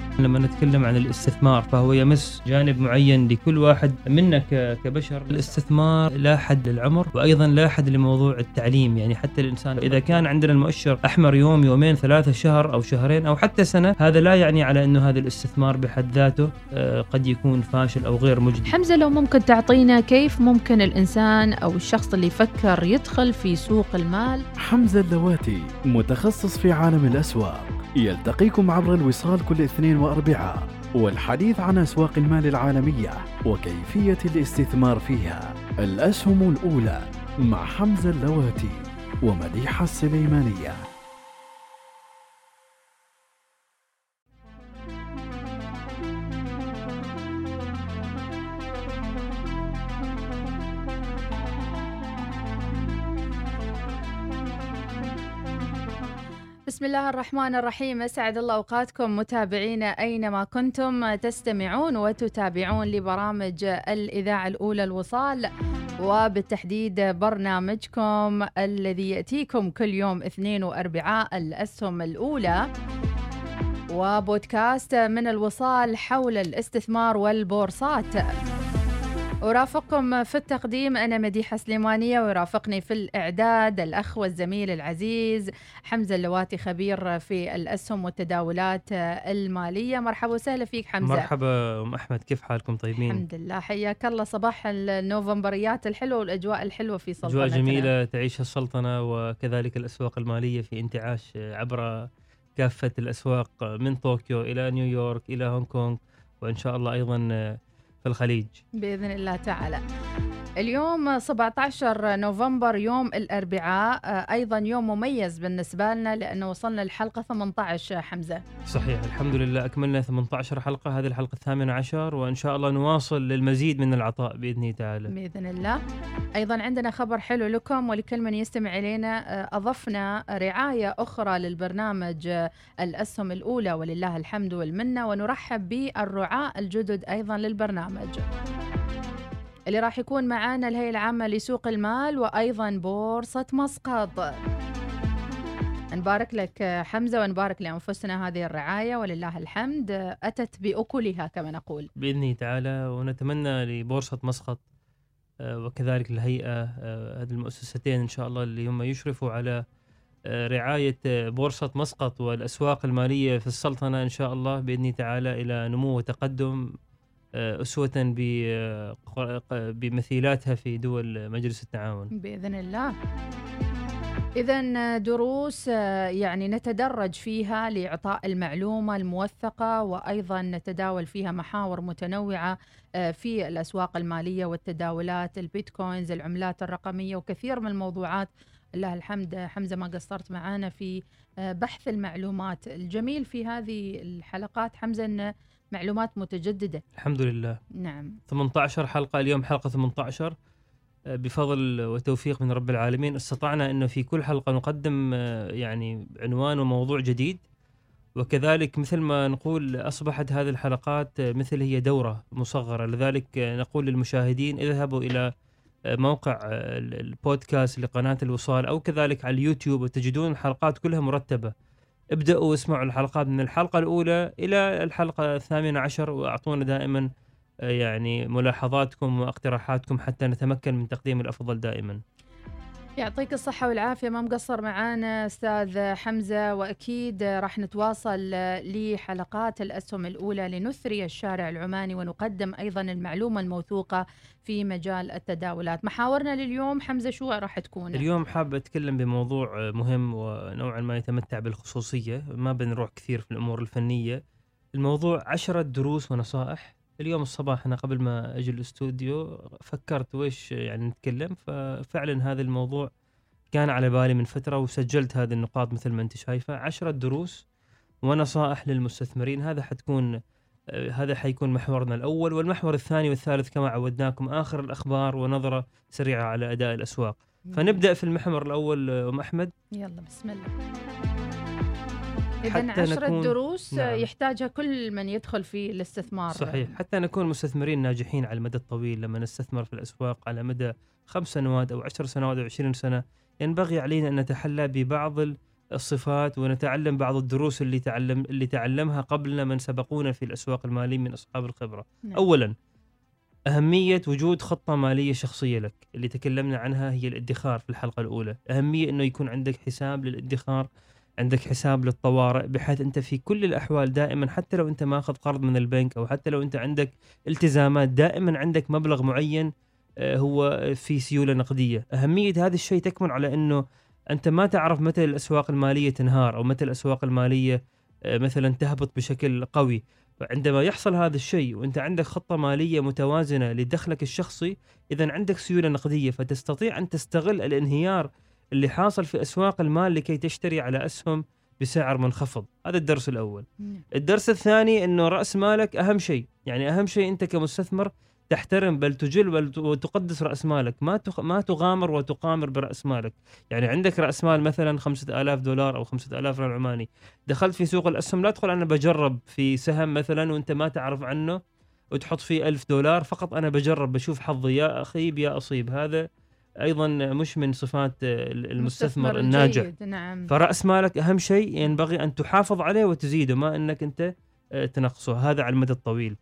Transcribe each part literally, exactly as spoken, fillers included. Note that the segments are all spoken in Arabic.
لما نتكلم عن الاستثمار فهو يمس جانب معين لكل واحد منا كبشر. الاستثمار لا حد للعمر، وأيضا لا حد لموضوع التعليم. يعني حتى الإنسان إذا كان عندنا المؤشر أحمر يوم يومين ثلاثة شهر أو شهرين أو حتى سنة، هذا لا يعني على أنه هذا الاستثمار بحد ذاته قد يكون فاشل أو غير مجدي. حمزة، لو ممكن تعطينا كيف ممكن الإنسان أو الشخص اللي يفكر يدخل في سوق المال؟ حمزة اللواتي متخصص في عالم الأسواق، يلتقيكم عبر الوصال كل اثنين وأربعاء، والحديث عن أسواق المال العالمية وكيفية الاستثمار فيها. الأسهم الأولى مع حمزة اللواتي ومديحة السليمانية. بسم الله الرحمن الرحيم. أسعد الله أوقاتكم متابعينا أينما كنتم تستمعون وتتابعون لبرامج الإذاعة الأولى الوصال، وبالتحديد برنامجكم الذي يأتيكم كل يوم اثنين وأربعاء، الأسهم الأولى، وبودكاست من الوصال حول الاستثمار والبورصات. أرافقكم في التقديم أنا مديحة سليمانية، ويرافقني في الإعداد الأخ والزميل العزيز حمزة اللواتي، خبير في الأسهم والتداولات المالية. مرحبا وسهلا فيك حمزة. مرحبا أم أحمد، كيف حالكم؟ طيبين؟ الحمد لله، حياك الله. صباح النوفمبريات الحلوة والأجواء الحلوة في سلطنتنا. أجواء جميلة تعيشها السلطنة، وكذلك الأسواق المالية في انتعاش عبر كافة الأسواق من طوكيو إلى نيويورك إلى هونغ كونغ، وإن شاء الله أيضا في الخليج بإذن الله تعالى. اليوم سبعة عشر نوفمبر يوم الأربعاء، أيضا يوم مميز بالنسبة لنا لأنه وصلنا الحلقة ثمانية عشر. حمزة، صحيح، الحمد لله أكملنا ثمانية عشر حلقة، هذه الحلقة الثامنة عشر، وإن شاء الله نواصل للمزيد من العطاء بإذن الله تعالى. بإذن الله. أيضا عندنا خبر حلو لكم ولكل من يستمع إلينا. أضفنا رعاية أخرى للبرنامج الأسهم الأولى ولله الحمد والمنة، ونرحب بالرعاة الجدد أيضا للبرنامج اللي راح يكون معانا الهيئة العامة لسوق المال وأيضا بورصة مسقط. نبارك لك حمزة ونبارك لأنفسنا هذه الرعاية ولله الحمد، أتت بأكلها كما نقول بإذن الله تعالى. ونتمنى لبورصة مسقط وكذلك الهيئة، هذه المؤسستين إن شاء الله اللي هم يشرفوا على رعاية بورصة مسقط والأسواق المالية في السلطنة، إن شاء الله بإذن الله تعالى إلى نمو وتقدم أسوة بمثيلاتها في دول مجلس التعاون بإذن الله. إذن دروس يعني نتدرج فيها لإعطاء المعلومة الموثقة، وأيضا نتداول فيها محاور متنوعة في الأسواق المالية والتداولات، البيتكوينز، العملات الرقمية، وكثير من الموضوعات. لله الحمد حمزة ما قصرت معانا في بحث المعلومات. الجميل في هذه الحلقات حمزة أن معلومات متجددة الحمد لله. نعم، ثمانية عشر حلقة، اليوم حلقة ثمانية عشر بفضل وتوفيق من رب العالمين. استطعنا أنه في كل حلقة نقدم يعني عنوان وموضوع جديد، وكذلك مثل ما نقول أصبحت هذه الحلقات مثل هي دورة مصغرة، لذلك نقول للمشاهدين اذهبوا إلى موقع البودكاست لقناة الوصال أو كذلك على اليوتيوب وتجدون الحلقات كلها مرتبة. ابدأوا واسمعوا الحلقات من الحلقة الأولى إلى الحلقة الثامنة عشر، وأعطونا دائما يعني ملاحظاتكم واقتراحاتكم حتى نتمكن من تقديم الأفضل دائما. يعطيك الصحة والعافية، ما مقصر معانا أستاذ حمزة، وأكيد راح نتواصل لحلقات الأسهم الأولى لنثري الشارع العماني ونقدم أيضا المعلومة الموثوقة في مجال التداولات. محاورنا لليوم حمزة شو راح تكون؟ اليوم حاب أتكلم بموضوع مهم ونوعا ما يتمتع بالخصوصية، ما بنروح كثير في الأمور الفنية. الموضوع عشرة دروس ونصائح. اليوم الصباح أنا قبل ما أجي الاستوديو فكرت ويش يعني نتكلم، ففعلا هذا الموضوع كان على بالي من فترة وسجلت هذه النقاط مثل ما أنت شايفة. عشرة دروس ونصائح للمستثمرين، هذا حتكون هذا حيكون محورنا الأول، والمحور الثاني والثالث كما عودناكم آخر الأخبار ونظرة سريعة على أداء الأسواق. فنبدأ في المحور الأول أم أحمد. يلا بسم الله. إذن عشرة دروس نعم. يحتاجها كل من يدخل في الاستثمار. صحيح، حتى نكون مستثمرين ناجحين على المدى الطويل. لما نستثمر في الأسواق على مدى خمس سنوات أو عشر سنوات أو عشرين سنة، ينبغي علينا أن نتحلى ببعض الصفات ونتعلم بعض الدروس اللي تعلم اللي تعلمها قبلنا من سبقونا في الأسواق المالية من أصحاب الخبرة. نعم. أولا أهمية وجود خطة مالية شخصية لك، اللي تكلمنا عنها هي الادخار في الحلقة الأولى. أهمية أنه يكون عندك حساب للادخار، عندك حساب للطوارئ، بحيث أنت في كل الأحوال دائما حتى لو أنت ماخذ قرض من البنك أو حتى لو أنت عندك التزامات دائما عندك مبلغ معين هو في سيولة نقدية. أهمية هذا الشيء تكمن على أنه أنت ما تعرف متى الأسواق المالية تنهار أو متى الأسواق المالية مثلا تهبط بشكل قوي. فعندما يحصل هذا الشيء وأنت عندك خطة مالية متوازنة لدخلك الشخصي، إذن عندك سيولة نقدية، فتستطيع أن تستغل الانهيار اللي حاصل في أسواق المال لكي تشتري على أسهم بسعر منخفض. هذا الدرس الأول. الدرس الثاني أنه رأس مالك أهم شيء، يعني أهم شيء أنت كمستثمر تحترم بل تجل وتقدس رأس مالك، ما تخ... ما تغامر وتقامر برأس مالك. يعني عندك رأس مال مثلا خمسة آلاف دولار أو خمسة آلاف ريال عماني، دخلت في سوق الأسهم، لا تقول أنا بجرب في سهم مثلا وأنت ما تعرف عنه وتحط فيه ألف دولار فقط، أنا بجرب بشوف حظي يا أخيب يا أصيب. هذا أيضا مش من صفات المستثمر الناجح. نعم. فرأس مالك أهم شيء ينبغي أن تحافظ عليه وتزيده، ما أنك أنت تنقصه، هذا على المدى الطويل.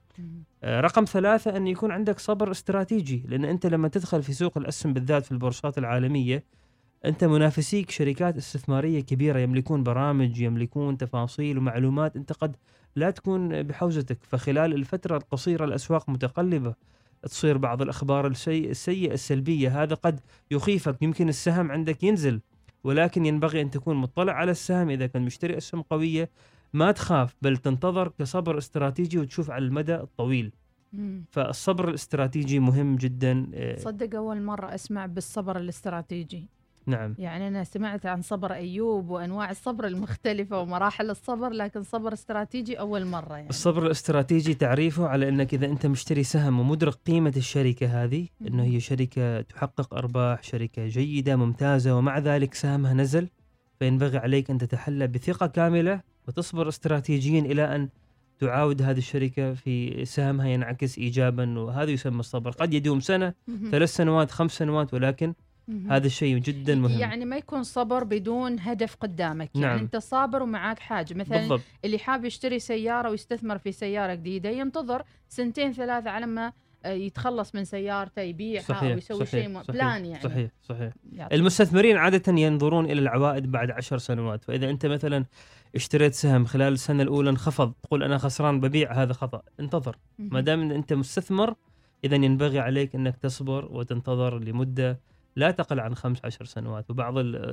رقم ثلاثة أن يكون عندك صبر استراتيجي، لأن أنت لما تدخل في سوق الأسهم بالذات في البورصات العالمية، أنت منافسيك شركات استثمارية كبيرة يملكون برامج، يملكون تفاصيل ومعلومات أنت قد لا تكون بحوزتك. فخلال الفترة القصيرة الأسواق متقلبة، تصير بعض الأخبار السيئة السيئة السلبية، هذا قد يخيفك، يمكن السهم عندك ينزل، ولكن ينبغي أن تكون مطلع على السهم. إذا كان مشتري أسهم قوية ما تخاف، بل تنتظر كصبر استراتيجي وتشوف على المدى الطويل. مم. فالصبر الاستراتيجي مهم جدا. صدق أول مرة أسمع بالصبر الاستراتيجي. نعم. يعني أنا سمعت عن صبر أيوب وأنواع الصبر المختلفة ومراحل الصبر، لكن صبر استراتيجي أول مرة. يعني الصبر الاستراتيجي تعريفه على أنك إذا أنت مشتري سهم ومدرك قيمة الشركة هذه، أنه هي شركة تحقق أرباح، شركة جيدة ممتازة، ومع ذلك سهمها نزل، فينبغي عليك أن تتحلى بثقة كاملة وتصبر استراتيجيا إلى أن تعاود هذه الشركة في سهمها ينعكس إيجابا، وهذا يسمى الصبر. قد يدوم سنة، ثلاث سنوات، خمس سنوات، ولكن هذا الشيء جدا مهم. يعني ما يكون صبر بدون هدف قدامك. نعم. يعني أنت صابر ومعاك حاجة، مثلا بالضبط. اللي حاب يشتري سيارة ويستثمر في سيارة جديدة ينتظر سنتين ثلاثة على ما يتخلص من سيارته، يبيعها صحيح. أو يسوي صحيح. شيء صحيح. بلان. يعني صحيح صحيح. يعني. المستثمرين عادة ينظرون إلى العوائد بعد عشر سنوات، فإذا أنت مثلا اشتريت سهم خلال السنة الأولى انخفض، تقول أنا خسران ببيع، هذا خطأ. انتظر، ما دام أنت مستثمر إذا ينبغي عليك أنك تصبر وتنتظر لمدة لا تقل عن خمس عشر سنوات. وبعض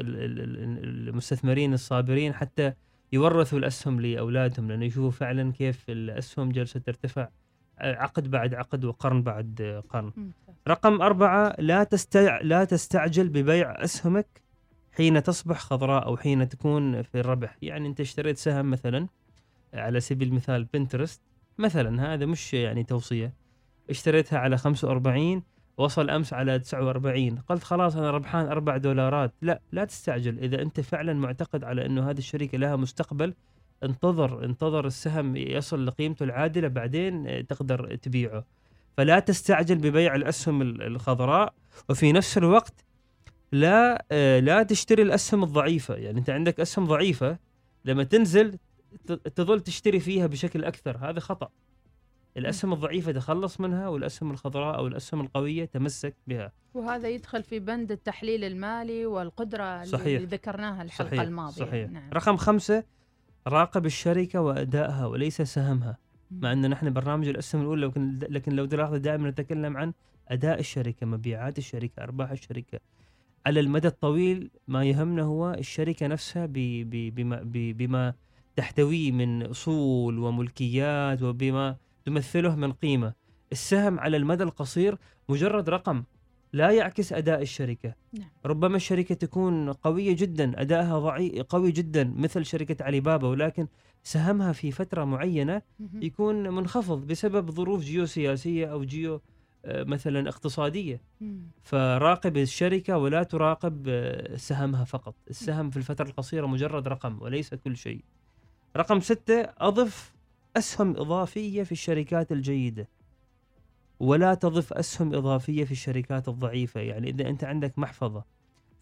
المستثمرين الصابرين حتى يورثوا الأسهم لأولادهم، لأنه يشوفوا فعلا كيف الأسهم جالسة ترتفع عقد بعد عقد وقرن بعد قرن. رقم أربعة، لا تستع... لا تستعجل ببيع أسهمك حين تصبح خضراء أو حين تكون في الربح. يعني أنت اشتريت سهم مثلا على سبيل المثال بنترست مثلا، هذا مش يعني توصية، اشتريتها على خمسة وأربعين، وصل أمس على تسعة وأربعين، قلت خلاص أنا ربحان أربع دولارات. لا لا تستعجل. إذا أنت فعلا معتقد على أنه هذه الشركة لها مستقبل، انتظر انتظر السهم يصل لقيمته العادلة، بعدين تقدر تبيعه. فلا تستعجل ببيع الأسهم الخضراء، وفي نفس الوقت لا لا تشتري الأسهم الضعيفة. يعني أنت عندك أسهم ضعيفة لما تنزل تظل تشتري فيها بشكل أكثر، هذا خطأ. الأسهم الضعيفة تخلص منها، والأسهم الخضراء أو الأسهم القوية تمسك بها. وهذا يدخل في بند التحليل المالي والقدرة. صحيح. اللي ذكرناها الحلقة صحيح. الماضية. صحيح. نعم. رقم خمسة، راقب الشركة وأدائها وليس سهمها. مع أن نحن برنامج الأسهم الأولى، لكن, لكن لو تلاحظ دائما نتكلم عن أداء الشركة، مبيعات الشركة، أرباح الشركة. على المدى الطويل ما يهمنا هو الشركة نفسها بما, بما تحتويه من أصول وملكيات وبما تمثله من قيمة. السهم على المدى القصير مجرد رقم لا يعكس أداء الشركة. نعم. ربما الشركة تكون قوية جدا، أدائها ضعيف قوي جدا مثل شركة علي بابا، ولكن سهمها في فترة معينة يكون منخفض بسبب ظروف جيوسياسية أو جيو مثلا اقتصادية. فراقب الشركة ولا تراقب سهمها فقط. السهم في الفترة القصيرة مجرد رقم وليس كل شيء. رقم ستة، أضف أسهم إضافية في الشركات الجيدة ولا تضف أسهم إضافية في الشركات الضعيفة. يعني إذا أنت عندك محفظة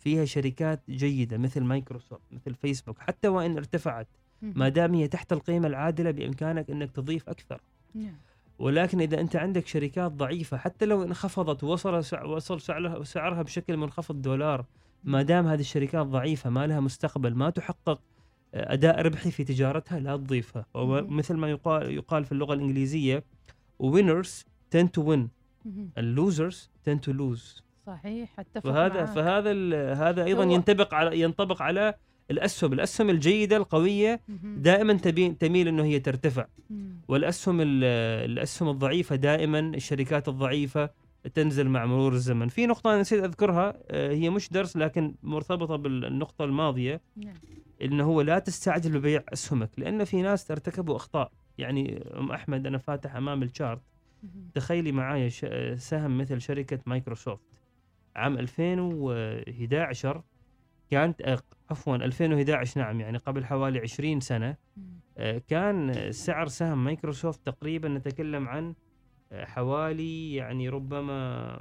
فيها شركات جيدة مثل مايكروسوفت مثل فيسبوك، حتى وإن ارتفعت ما دام هي تحت القيمة العادلة بإمكانك أنك تضيف أكثر. نعم. ولكن إذا أنت عندك شركات ضعيفة حتى لو انخفضت ووصل سع وصل سعرها سعرها بشكل منخفض دولار، ما دام هذه الشركات ضعيفة ما لها مستقبل ما تحقق أداء ربحي في تجارتها لا تضيفها. ومثل ما يقال يقال في اللغة الإنجليزية winners tend to win and losers tend to lose. صحيح. اتفق فهذا معاك. فهذا هذا أيضا ينطبق على ينطبق على الأسهم الأسهم الجيدة القوية دائما تبين تميل إنه هي ترتفع، والأسهم الأسهم الضعيفة دائما الشركات الضعيفة تنزل مع مرور الزمن. في نقطة نسيت أذكرها هي مش درس لكن مرتبطة بالنقطة الماضية، إنه هو لا تستعجل ببيع أسهمك، لأن في ناس ارتكبوا أخطاء. يعني أم أحمد أنا فاتح أمام الشارت، تخيلي معايا سهم مثل شركة مايكروسوفت عام ألفين وإحدى عشر كانت عفوا ألفين وإحدى عشر نعم يعني قبل حوالي عشرين سنة كان سعر سهم مايكروسوفت تقريبا نتكلم عن حوالي يعني ربما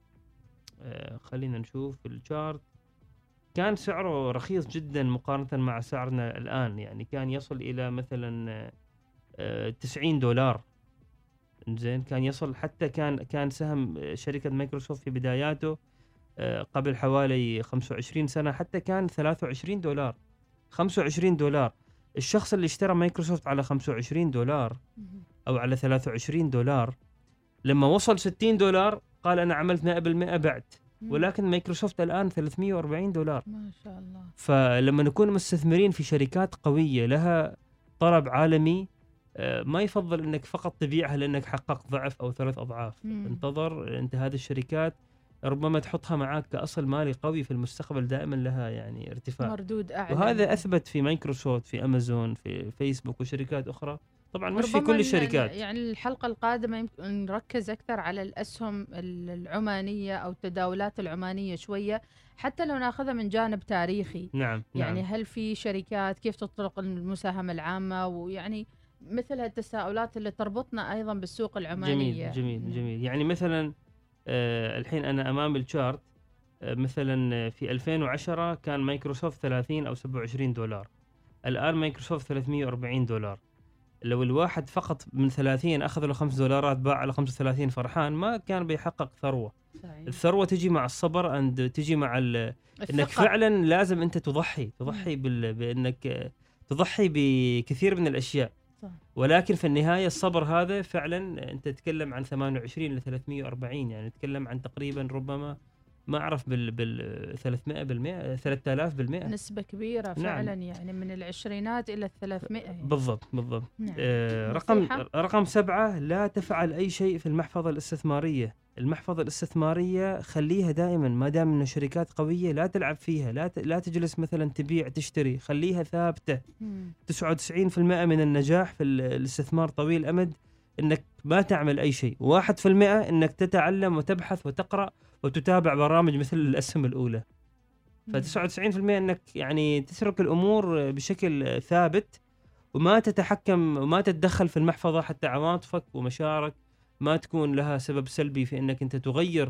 خلينا نشوف الشارت، كان سعره رخيص جدا مقارنة مع سعرنا الآن، يعني كان يصل إلى مثلا تسعين دولار. زين كان يصل حتى كان كان سهم شركة مايكروسوفت في بداياته قبل حوالي خمسة وعشرين سنة حتى كان ثلاثة وعشرين دولار خمسة وعشرين دولار. الشخص اللي اشترى مايكروسوفت على خمسة وعشرين دولار أو على ثلاثة وعشرين دولار لما وصل ستين دولار قال أنا عملت مئة بالمئة بعت، ولكن مايكروسوفت الآن ثلاثمئة وأربعين دولار ما شاء الله. فلما نكون مستثمرين في شركات قوية لها طلب عالمي ما يفضل انك فقط تبيعها لانك حققت ضعف او ثلاث اضعاف. مم. انتظر انت هذه الشركات ربما تحطها معك كأصل مالي قوي في المستقبل دائما لها يعني ارتفاع مردود اعلى، وهذا اثبت في مايكروسوفت في امازون في فيسبوك وشركات اخرى. طبعا مش في كل الشركات. يعني الحلقة القادمة يمكن نركز اكثر على الاسهم العمانية او التداولات العمانية شوية، حتى لو ناخذها من جانب تاريخي. نعم. يعني نعم. هل في شركات كيف تطرق المساهمة العامة، ويعني مثل هالتساؤلات اللي تربطنا أيضا بالسوق العمانية. جميل جميل جميل. يعني مثلا آه الحين أنا أمام الشارت آه مثلا في ألفين وعشرة كان مايكروسوفت ثلاثين أو سبعة وعشرين دولار، الآن مايكروسوفت ثلاثمئة وأربعين دولار. لو الواحد فقط من ثلاثين أخذ له خمس دولارات باع على خمسة وثلاثين فرحان ما كان بيحقق ثروة. صحيح. الثروة تجي مع الصبر عند تجي مع إنك فعلا لازم أنت تضحي تضحي بال... بأنك تضحي بكثير من الأشياء. صح. ولكن في النهاية الصبر هذا فعلا أنت تتكلم عن ثمانية وعشرين إلى ثلاثمئة وأربعين، يعني تتكلم عن تقريبا ربما ما أعرف بال بال ثلاثمئة بالمئة ثلاثة آلاف بالمئة، نسبة كبيرة فعلا. نعم. يعني من العشرينات إلى الثلاثمئة يعني. بالضبط بالضبط. نعم. آه رقم رقم سبعة، لا تفعل أي شيء في المحفظة الاستثمارية. المحفظة الاستثمارية خليها دائما ما دام إن شركات قوية لا تلعب فيها، لا ت... لا تجلس مثلا تبيع تشتري، خليها ثابتة. مم. تسعة وتسعين بالمئة من النجاح في الاستثمار طويل الأمد إنك ما تعمل أي شيء، واحد في المئة إنك تتعلم وتبحث وتقرأ وتتابع برامج مثل الأسهم الأولى. فتسعة وتسعين بالمئة إنك يعني تترك الأمور بشكل ثابت وما تتحكم وما تتدخل في المحفظة، حتى عواطفك ومشاعرك ما تكون لها سبب سلبي في إنك أنت تغير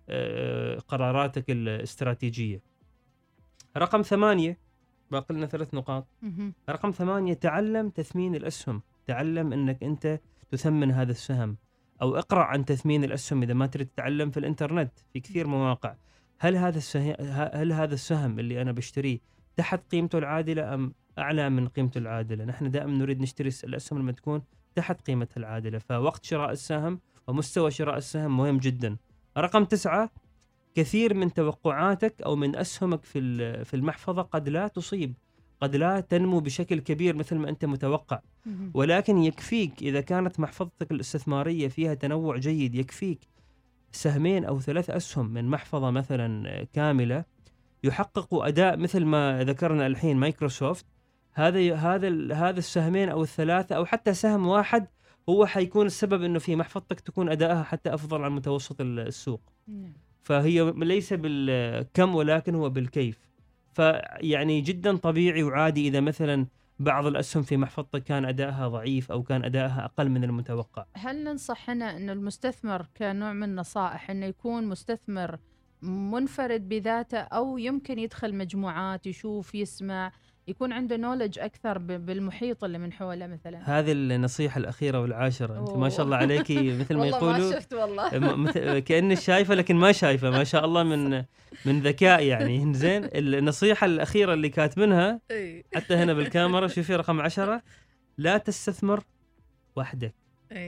قراراتك الاستراتيجية. رقم ثمانية، باقي لنا ثلاث نقاط. رقم ثمانية، تعلم تثمين الأسهم. تعلم إنك أنت تثمن هذا السهم، أو اقرأ عن تثمين الأسهم إذا ما تريد تتعلم في الإنترنت في كثير مواقع. هل هذا السهم هل هذا السهم اللي أنا بشتريه تحت قيمته العادلة أم أعلى من قيمته العادلة؟ نحن دائما نريد نشتري الأسهم لما تكون تحت قيمتها العادلة، فوقت شراء السهم ومستوى شراء السهم مهم جدا. رقم تسعة، كثير من توقعاتك أو من أسهمك في في المحفظة قد لا تصيب، قد لا تنمو بشكل كبير مثل ما أنت متوقع، ولكن يكفيك إذا كانت محفظتك الاستثمارية فيها تنوع جيد، يكفيك سهمين أو ثلاث أسهم من محفظة مثلا كاملة يحققوا أداء مثل ما ذكرنا الحين مايكروسوفت. هذا هذا هذا السهمين أو الثلاثة أو حتى سهم واحد هو حيكون السبب إنه في محفظتك تكون أدائها حتى أفضل عن متوسط السوق. فهي ليس بالكم ولكن هو بالكيف. فيعني جدا طبيعي وعادي إذا مثلا بعض الأسهم في محفظتك كان أدائها ضعيف أو كان أدائها أقل من المتوقع. هل ننصح هنا أن المستثمر كنوع من النصائح أنه يكون مستثمر منفرد بذاته أو يمكن يدخل مجموعات يشوف يسمع يكون عنده نولج أكثر بالمحيط اللي من حوله مثلا؟ هذه النصيحة الأخيرة والعاشرة. أنت ما شاء الله عليكي مثل ما يقولوا والله ما شفت والله كأنك شايفة لكن ما شايفة، ما شاء الله من من ذكاء يعني. زين، النصيحة الأخيرة اللي كاتبينها حتى هنا بالكاميرا، شوفي رقم عشرة: لا تستثمر وحدك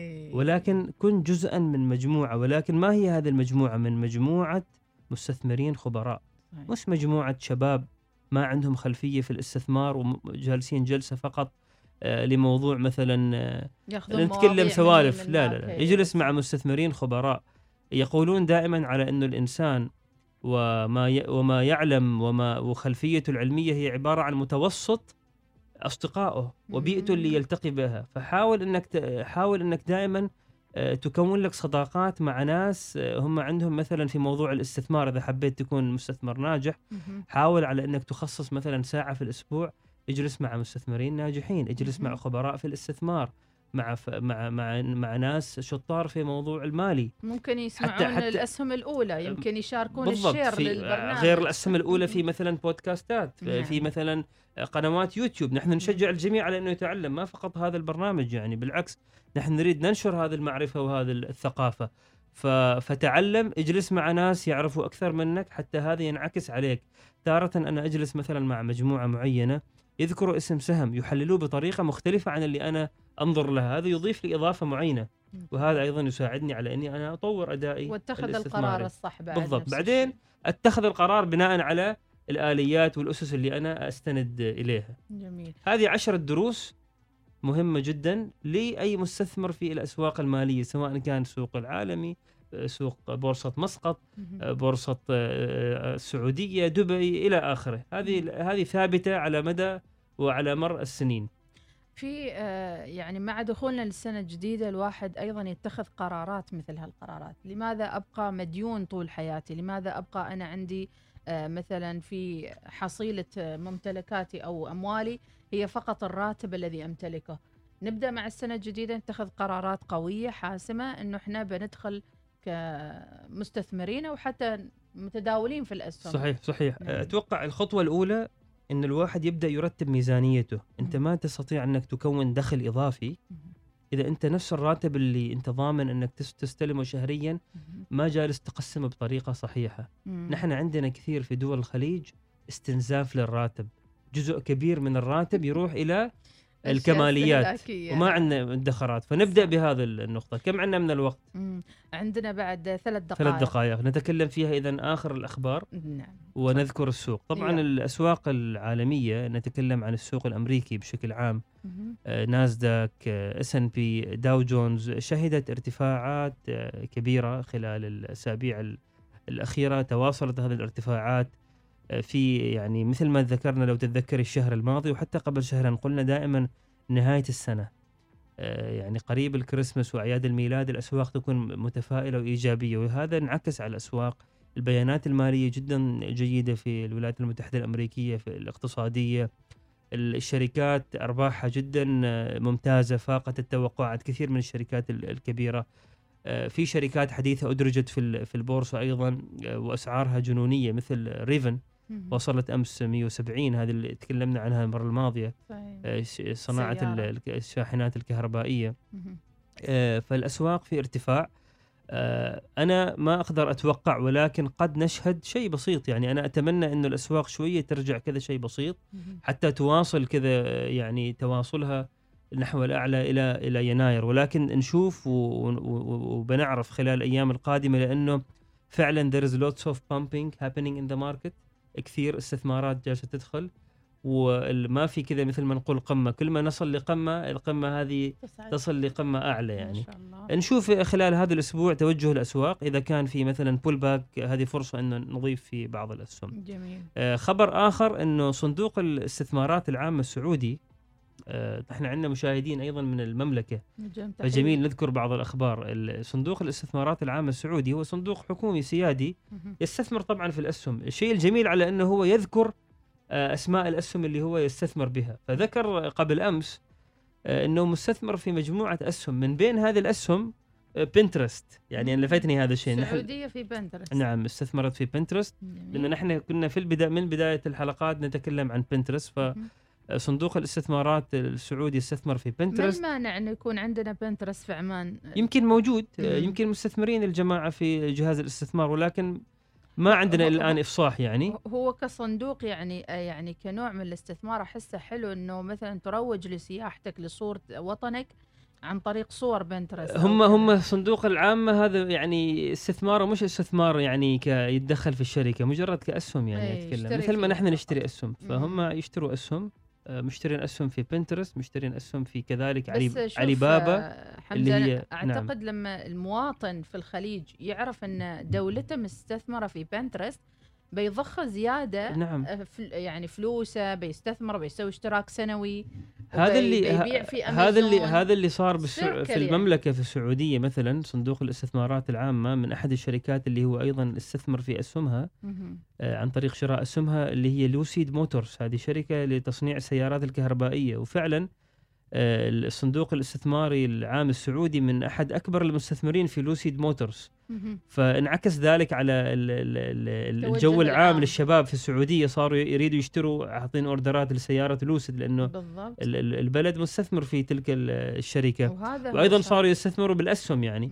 ولكن كن جزءا من مجموعة. ولكن ما هي هذه المجموعة؟ من مجموعة مستثمرين خبراء، مش مجموعة شباب ما عندهم خلفية في الاستثمار وجالسين جلسة فقط آه لموضوع مثلا آه نتكلم سوالف. لا لا لا، يجلس مع مستثمرين خبراء يقولون دائما على أنه الإنسان وما ي... وما يعلم وما وخلفيته العلمية هي عبارة عن متوسط أصدقائه وبيئته اللي يلتقي بها. فحاول أنك ت... حاول أنك دائما تكون لك صداقات مع ناس هم عندهم مثلا في موضوع الاستثمار. إذا حبيت تكون مستثمر ناجح، حاول على أنك تخصص مثلا ساعة في الأسبوع اجلس مع مستثمرين ناجحين، اجلس مع خبراء في الاستثمار، مع ف... مع مع مع ناس شطار في موضوع المالي. ممكن يسمعون حتى حتى الأسهم الأولى، يمكن يشاركون الشير في للبرنامج. غير الأسهم الأولى في مثلا بودكاستات، نعم. في مثلا قنوات يوتيوب. نحن نشجع الجميع على أنه يتعلم، ما فقط هذا البرنامج يعني، بالعكس نحن نريد ننشر هذه المعرفة وهذه الثقافة. ف... فتعلم، اجلس مع ناس يعرفوا أكثر منك حتى هذا ينعكس عليك. تارة أنا أجلس مثلا مع مجموعة معينة يذكروا اسم سهم يحللوه بطريقة مختلفة عن اللي أنا أنظر لها، هذا يضيف لي إضافة معينة، وهذا أيضا يساعدني على أني أنا أطور أدائي واتخذ القرار الصح بعد. بالضبط. بعدين أتخذ القرار بناء على الآليات والأسس اللي أنا أستند إليها. جميل. هذه عشرة دروس مهمة جدا لأي مستثمر في الأسواق المالية، سواء كان السوق العالمي، سوق بورصة مسقط، بورصة السعودية، دبي إلى آخره. هذه هذه ثابتة على مدى وعلى مر السنين. في يعني مع دخولنا للسنة الجديدة الواحد أيضا يتخذ قرارات مثل هالقرارات. لماذا أبقى مديون طول حياتي؟ لماذا أبقى أنا عندي مثلا في حصيلة ممتلكاتي أو أموالي هي فقط الراتب الذي أمتلكه؟ نبدأ مع السنة الجديدة نتخذ قرارات قوية حاسمة إنه إحنا بندخل كمستثمرين أو حتى متداولين في الأسهم. صحيح صحيح. يعني أتوقع الخطوة الأولى إن الواحد يبدأ يرتب ميزانيته. أنت ما تستطيع أنك تكون دخل إضافي إذا أنت نفس الراتب اللي أنت ضامن أنك تستلمه شهريا ما جالس تقسمه بطريقة صحيحة. نحن عندنا كثير في دول الخليج استنزاف للراتب، جزء كبير من الراتب يروح إلى الكماليات وما عندنا مدخرات. فنبدأ بهذا النقطة. كم عندنا من الوقت؟ مم. عندنا بعد ثلاث دقائق. ثلاث دقائق نتكلم فيها إذن آخر الأخبار. نعم. ونذكر السوق. طبعا يا. الأسواق العالمية نتكلم عن السوق الأمريكي بشكل عام. آه ناسداك، آه اس ان بي، داو جونز شهدت ارتفاعات آه كبيرة خلال الأسابيع الأخيرة. تواصلت هذه الارتفاعات في يعني مثل ما ذكرنا، لو تتذكر الشهر الماضي وحتى قبل شهرين قلنا دائما نهاية السنة يعني قريب الكريسماس وأعياد الميلاد الأسواق تكون متفائلة وإيجابية، وهذا انعكس على الأسواق. البيانات المالية جدا جيدة في الولايات المتحدة الأمريكية، في الاقتصادية الشركات أرباحها جدا ممتازة، فاقت التوقعات كثير من الشركات الكبيرة. في شركات حديثة أدرجت في في البورصة أيضا وأسعارها جنونية مثل ريفن وصلت أمس مئة وسبعين، هذه اللي تكلمنا عنها المرة الماضية. صناعة الشاحنات الكهربائية. فالأسواق في ارتفاع. أنا ما أقدر أتوقع، ولكن قد نشهد شيء بسيط. يعني أنا أتمنى أن الأسواق شوية ترجع كذا شيء بسيط حتى تواصل كذا يعني تواصلها نحو الأعلى إلى إلى يناير، ولكن نشوف وبنعرف خلال الأيام القادمة، لأنه فعلا there is lots of pumping happening in the market. كثير استثمارات جالسة تدخل وما في كذا مثل ما نقول قمة، كل ما نصل لقمة القمة هذه تصل لقمة أعلى. يعني نشوف خلال هذا الأسبوع توجه الأسواق، إذا كان في مثلا بول باك هذه فرصة أن نضيف في بعض الأسهم. جميل. آه خبر آخر أنه صندوق الاستثمارات العامة السعودي، آه احنا عندنا مشاهدين أيضا من المملكة فجميل نذكر بعض الأخبار. صندوق الاستثمارات العامة السعودي هو صندوق حكومي سيادي يستثمر طبعا في الأسهم. الشيء الجميل على أنه هو يذكر أسماء الأسهم اللي هو يستثمر بها، فذكر قبل أمس أنه مستثمر في مجموعة أسهم، من بين هذه الأسهم بنترست، يعني أنا لفتني هذا الشيء. السعودية في بنترست. نعم استثمرت في بنترست، لأن نحن كنا في البداية من بداية الحلقات نتكلم عن بنترست، فصندوق الاستثمارات السعودي استثمر في بنترست. ما المانع أنه يكون عندنا بنترست في عمان؟ يمكن موجود، يمكن مستثمرين الجماعة في جهاز الاستثمار، ولكن ما عندنا الآن إفصاح. يعني هو كصندوق يعني يعني كنوع من الاستثمار أحسه حلو إنه مثلا تروج لسياحتك لصورة وطنك عن طريق صور بنترست. هم هم صندوق العامة هذا يعني استثماره مش استثمار يعني كيتدخل في الشركة، مجرد كأسهم يعني يتكلم مثل ما نحن نشتري أسهم، فهم يشتروا أسهم، مشترين أسهم في بنترست، مشترين أسهم في كذلك علي علي بابا اللي هي أعتقد. نعم. لما المواطن في الخليج يعرف أن دولته مستثمرة في بنترست بيضخ زيادة. نعم. يعني فلوسه بيستثمر، بيسوي اشتراك سنوي، هذا اللي هذا اللي هذا اللي صار بالسع... في المملكة في السعودية مثلا. صندوق الاستثمارات العامة من أحد الشركات اللي هو أيضا استثمر في أسهمها آه عن طريق شراء أسهمها اللي هي لوسيد موتورز، هذه شركة لتصنيع السيارات الكهربائية. وفعلا آه الصندوق الاستثماري العام السعودي من أحد أكبر المستثمرين في لوسيد موتورز، فانعكس ذلك على الجو العام للشباب في السعودية، صاروا يريدوا يشتروا، عاطين اوردرات لسيارة لوسيد لأنه بالضبط. البلد مستثمر في تلك الشركة، وأيضا صاروا يستثمروا بالأسهم يعني.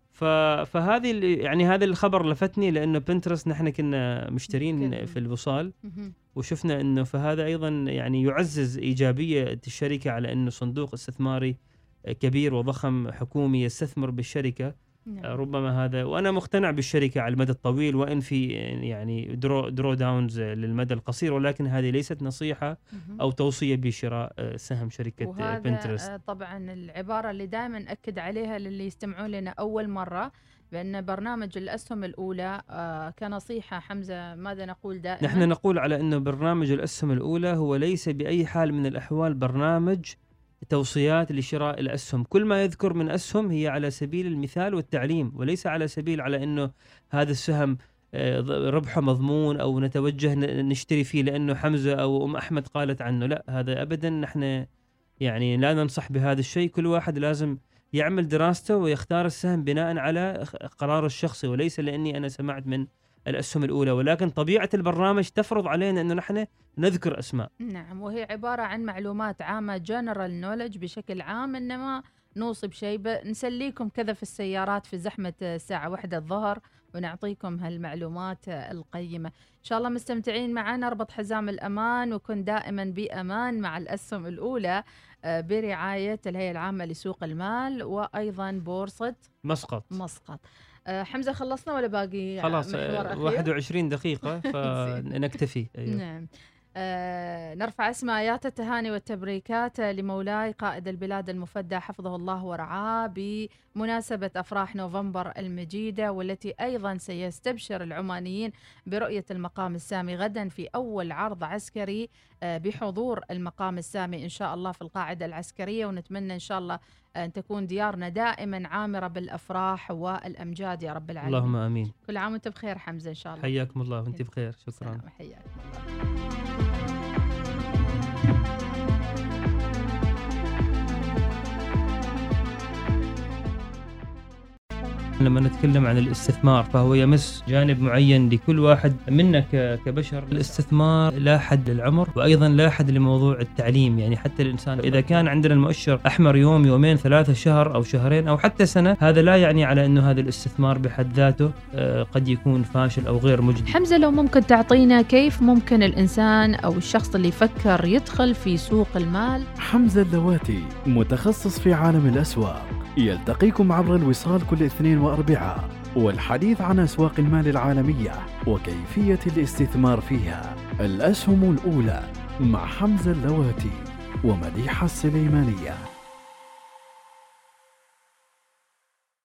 فهذه يعني هذا الخبر لفتني، لأنه بنترست نحن كنا مشترين في الوصال وشفنا أنه فهذا أيضا يعني يعزز إيجابية الشركة على أنه صندوق استثماري كبير وضخم حكومي يستثمر بالشركة. نعم. ربما هذا، وأنا مقتنع بالشركة على المدى الطويل، وإن في يعني درو, درو داونز للمدى القصير، ولكن هذه ليست نصيحة أو توصية بشراء سهم شركة بنترست. طبعا العبارة اللي دائما أكد عليها للي يستمعون لنا أول مرة، بأن برنامج الأسهم الأولى كنصيحة. حمزة ماذا نقول دائما؟ نحن نقول على أنه برنامج الأسهم الأولى هو ليس بأي حال من الأحوال برنامج توصيات لشراء الأسهم. كل ما يذكر من أسهم هي على سبيل المثال والتعليم، وليس على سبيل على أنه هذا السهم ربحه مضمون أو نتوجه نشتري فيه لأنه حمزة أو أم أحمد قالت عنه. لا، هذا أبدا نحن يعني لا ننصح بهذا الشيء. كل واحد لازم يعمل دراسته ويختار السهم بناء على قرار الشخصي، وليس لأني أنا سمعت من الأسهم الأولى، ولكن طبيعة البرنامج تفرض علينا أنه نحن نذكر أسماء. نعم، وهي عبارة عن معلومات عامة، جنرال نولج بشكل عام، إنما نوصي بشيء نسليكم كذا في السيارات في زحمة الساعة واحدة الظهر ونعطيكم هالمعلومات القيمة. إن شاء الله مستمتعين معنا. اربط حزام الأمان وكن دائما بأمان مع الأسهم الأولى برعاية الهيئة العامة لسوق المال وأيضا بورصة مسقط. مسقط. حمزة خلصنا ولا باقي؟ خلاص واحد وعشرين دقيقة فنكتفي. أيوه. نعم. آه نرفع اسماءات التهاني والتبريكات لمولاي قائد البلاد المفدى حفظه الله ورعاه بمناسبة أفراح نوفمبر المجيدة، والتي أيضا سيستبشر العمانيين برؤية المقام السامي غدا في أول عرض عسكري آه بحضور المقام السامي إن شاء الله في القاعدة العسكرية. ونتمنى إن شاء الله أن تكون ديارنا دائما عامرة بالأفراح والأمجاد يا رب العالمين. اللهم آمين. كل عام وانت بخير حمزة إن شاء الله. حياكم الله وانت بخير. شكرا. حياكم الله. لما نتكلم عن الاستثمار فهو يمس جانب معين لكل واحد منا كبشر. الاستثمار لا حد للعمر، وأيضا لا حد لموضوع التعليم. يعني حتى الإنسان إذا كان عندنا المؤشر أحمر يوم يومين ثلاثة شهر أو شهرين أو حتى سنة، هذا لا يعني على أنه هذا الاستثمار بحد ذاته قد يكون فاشل أو غير مجدي. حمزة، لو ممكن تعطينا كيف ممكن الإنسان أو الشخص اللي يفكر يدخل في سوق المال؟ حمزة اللواتي متخصص في عالم الأسواق، يلتقيكم عبر الوصال كل اثنين وأربعاء والحديث عن أسواق المال العالمية وكيفية الاستثمار فيها. الأسهم الأولى مع حمزة اللواتي ومديحة السليمانية.